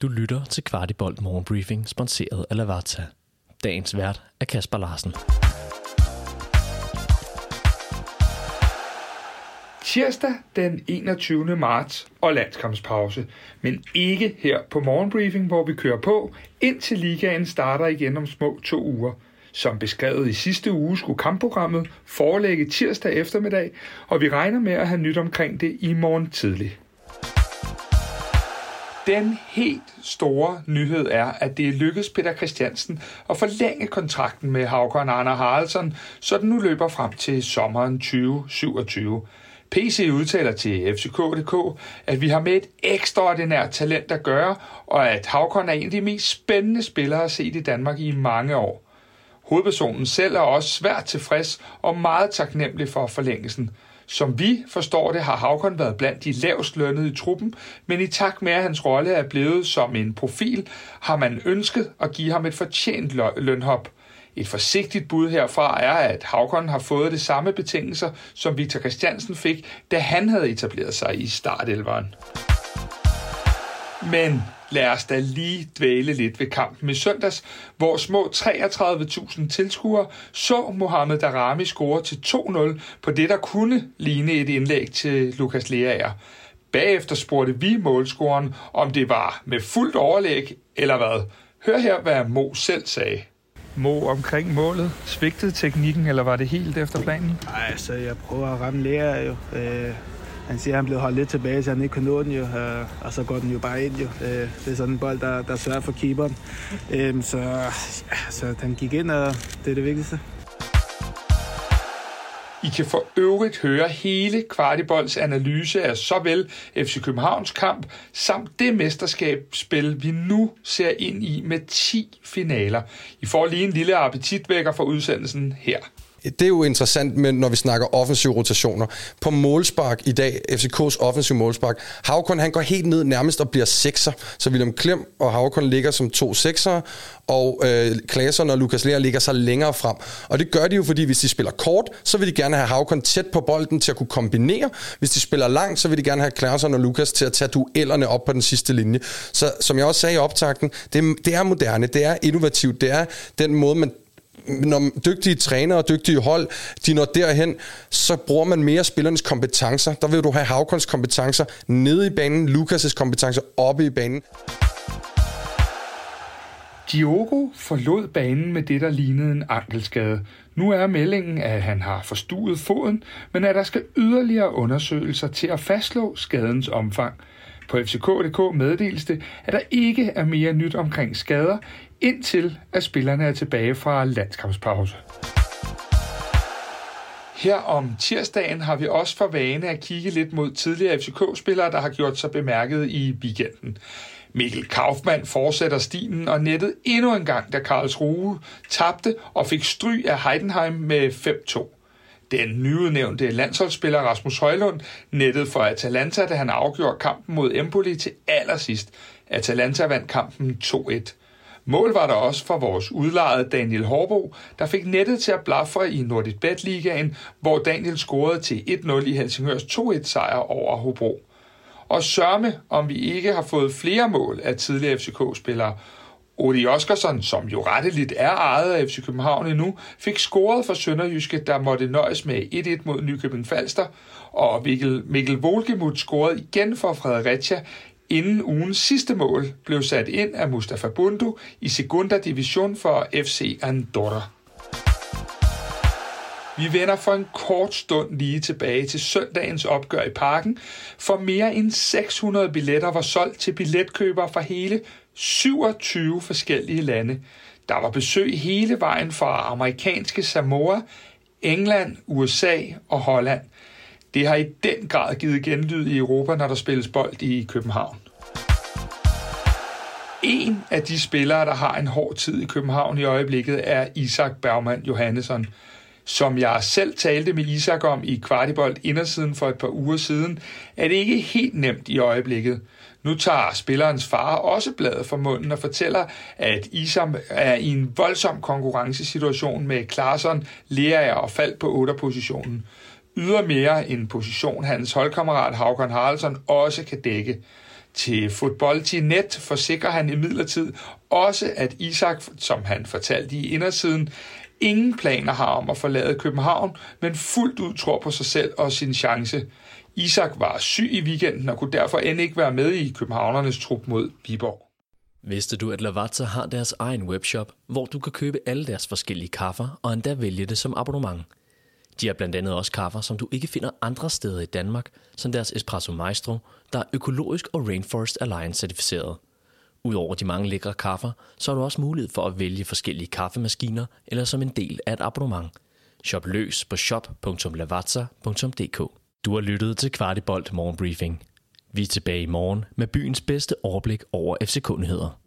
Du lytter til Kvartibolt Morgenbriefing, sponsoreret af Lavazza. Dagens vært er Kasper Larsen. Tirsdag den 21. marts og landskampspause, men ikke her på Morgenbriefing, hvor vi kører på, indtil ligaen starter igen om små 2 uger. Som beskrevet i sidste uge skulle kampprogrammet forelægge tirsdag eftermiddag, og vi regner med at have nyt omkring det i morgen tidlig. Den helt store nyhed er, at det er lykkedes Peter Christiansen at forlænge kontrakten med Hákon Arnar Haraldsson, så den nu løber frem til sommeren 2027. PC udtaler til FCK.dk, at vi har med et ekstraordinært talent at gøre, og at Hákon er en af de mest spændende spillere at se i Danmark i mange år. Hovedpersonen selv er også svært tilfreds og meget taknemmelig for forlængelsen. Som vi forstår det, har Hákon været blandt de lavest lønnede i truppen, men i takt med, at hans rolle er blevet som en profil, har man ønsket at give ham et fortjent lønhop. Et forsigtigt bud herfra er, at Hákon har fået det samme betingelser, som Victor Christiansen fik, da han havde etableret sig i startelveren. Men lad os da lige dvæle lidt ved kampen i søndags, hvor små 33.000 tilskuere så Mohamed Daramy score til 2-0 på det, der kunne ligne et indlæg til Lucas Leaer. Bagefter spurgte vi målscoren, om det var med fuldt overlæg eller hvad. Hør her, hvad Mo selv sagde. Mo, omkring målet, svigtede teknikken, eller var det helt efter planen? Nej, altså jeg prøver at ramme Leaer jo. Han siger, at han blev holdt lidt tilbage, så han ikke kunne nå den jo, og så går den jo bare ind jo. Det er sådan en bold, der er svær for keeperen. Så den gik ind, og det er det vigtigste. I kan for øvrigt høre hele Kvartibolts analyse af såvel FC Københavns kamp, samt det mesterskabsspil, vi nu ser ind i med 10 finaler. I får lige en lille appetitvækker for udsendelsen her. Det er jo interessant, men når vi snakker offensive rotationer. På målspark i dag, FCK's offensive målspark, Hákon han går helt ned nærmest og bliver 6'er. Så William Klem og Hákon ligger som 2 6'ere, og Claesson og Lucas Leaer ligger så længere frem. Og det gør de jo, fordi hvis de spiller kort, så vil de gerne have Hákon tæt på bolden til at kunne kombinere. Hvis de spiller langt, så vil de gerne have Claesson og Lucas til at tage duellerne op på den sidste linje. Så som jeg også sagde i optakten, det er moderne, det er innovativt, det er den måde, man når dygtige trænere og dygtige hold, de når derhen, så bruger man mere spillernes kompetencer. Der vil du have Hákons kompetencer nede i banen, Lucas' kompetencer oppe i banen. Diogo forlod banen med det, der lignede en ankelskade. Nu er meldingen, at han har forstuet foden, men at der skal yderligere undersøgelser til at fastslå skadens omfang. På FCK.dk meddeles det, at der ikke er mere nyt omkring skader, indtil at spillerne er tilbage fra landskampspause. Her om tirsdagen har vi også for vane at kigge lidt mod tidligere FCK-spillere, der har gjort sig bemærket i weekenden. Mikkel Kaufmann fortsætter stilen og nettede endnu en gang, da Karlsruhe tabte og fik stryg af Heidenheim med 5-2. Den nyudnævnte landsholdsspiller Rasmus Højlund nettede for Atalanta, da han afgjorde kampen mod Empoli til allersidst. Atalanta vandt kampen 2-1. Mål var der også for vores udlejede Daniel Horbo, der fik nettet til at blafre i NordicBet-ligaen, hvor Daniel scorede til 1-0 i Helsingørs 2-1-sejr over Hobro. Og sørme, om vi ikke har fået flere mål af tidligere FCK-spillere. Odi Oskarsson, som jo retteligt er ejet af FC København endnu, fik scoret for Sønderjyske, der måtte nøjes med 1-1 mod Nykøbing Falster, og Mikkel Volkemuth scorede igen for Fredericia, inden ugens sidste mål blev sat ind af Mustafa Bundu i Segunda Division for FC Andorra. Vi vender for en kort stund lige tilbage til søndagens opgør i Parken, for mere end 600 billetter var solgt til billetkøbere fra hele 27 forskellige lande. Der var besøg hele vejen fra amerikanske Samoa, England, USA og Holland. Det har i den grad givet genlyd i Europa, når der spilles bold i København. En af de spillere, der har en hård tid i København i øjeblikket, er Isak Bergman Johannesson. Som jeg selv talte med Isak om i Kvartibolt indersiden for et par uger siden, er det ikke helt nemt i øjeblikket. Nu tager spillerens far også bladet fra munden og fortæller, at Isak er i en voldsom konkurrencesituation med Claesson, Leaer og Falk på 8'er-positionen. Ydermere en position, hans holdkammerat Hákon Haraldsson også kan dække. Til Fodbold.net forsikrer han imidlertid også, at Isak, som han fortalte i indersiden, ingen planer har om at forlade København, men fuldt ud tror på sig selv og sin chance. Isak var syg i weekenden og kunne derfor end ikke være med i københavnernes trup mod Viborg. Vidste du, at Lavazza har deres egen webshop, hvor du kan købe alle deres forskellige kaffer og endda vælge det som abonnement? De har blandt andet også kaffer, som du ikke finder andre steder i Danmark, som deres Espresso Maestro, der er økologisk og Rainforest Alliance certificeret. Udover de mange lækre kaffer, så har du også mulighed for at vælge forskellige kaffemaskiner eller som en del af et abonnement. Shop løs på shop.lavazza.dk. Du har lyttet til Kvartibolt Morgenbriefing. Vi er tilbage i morgen med byens bedste overblik over FCK-nyheder.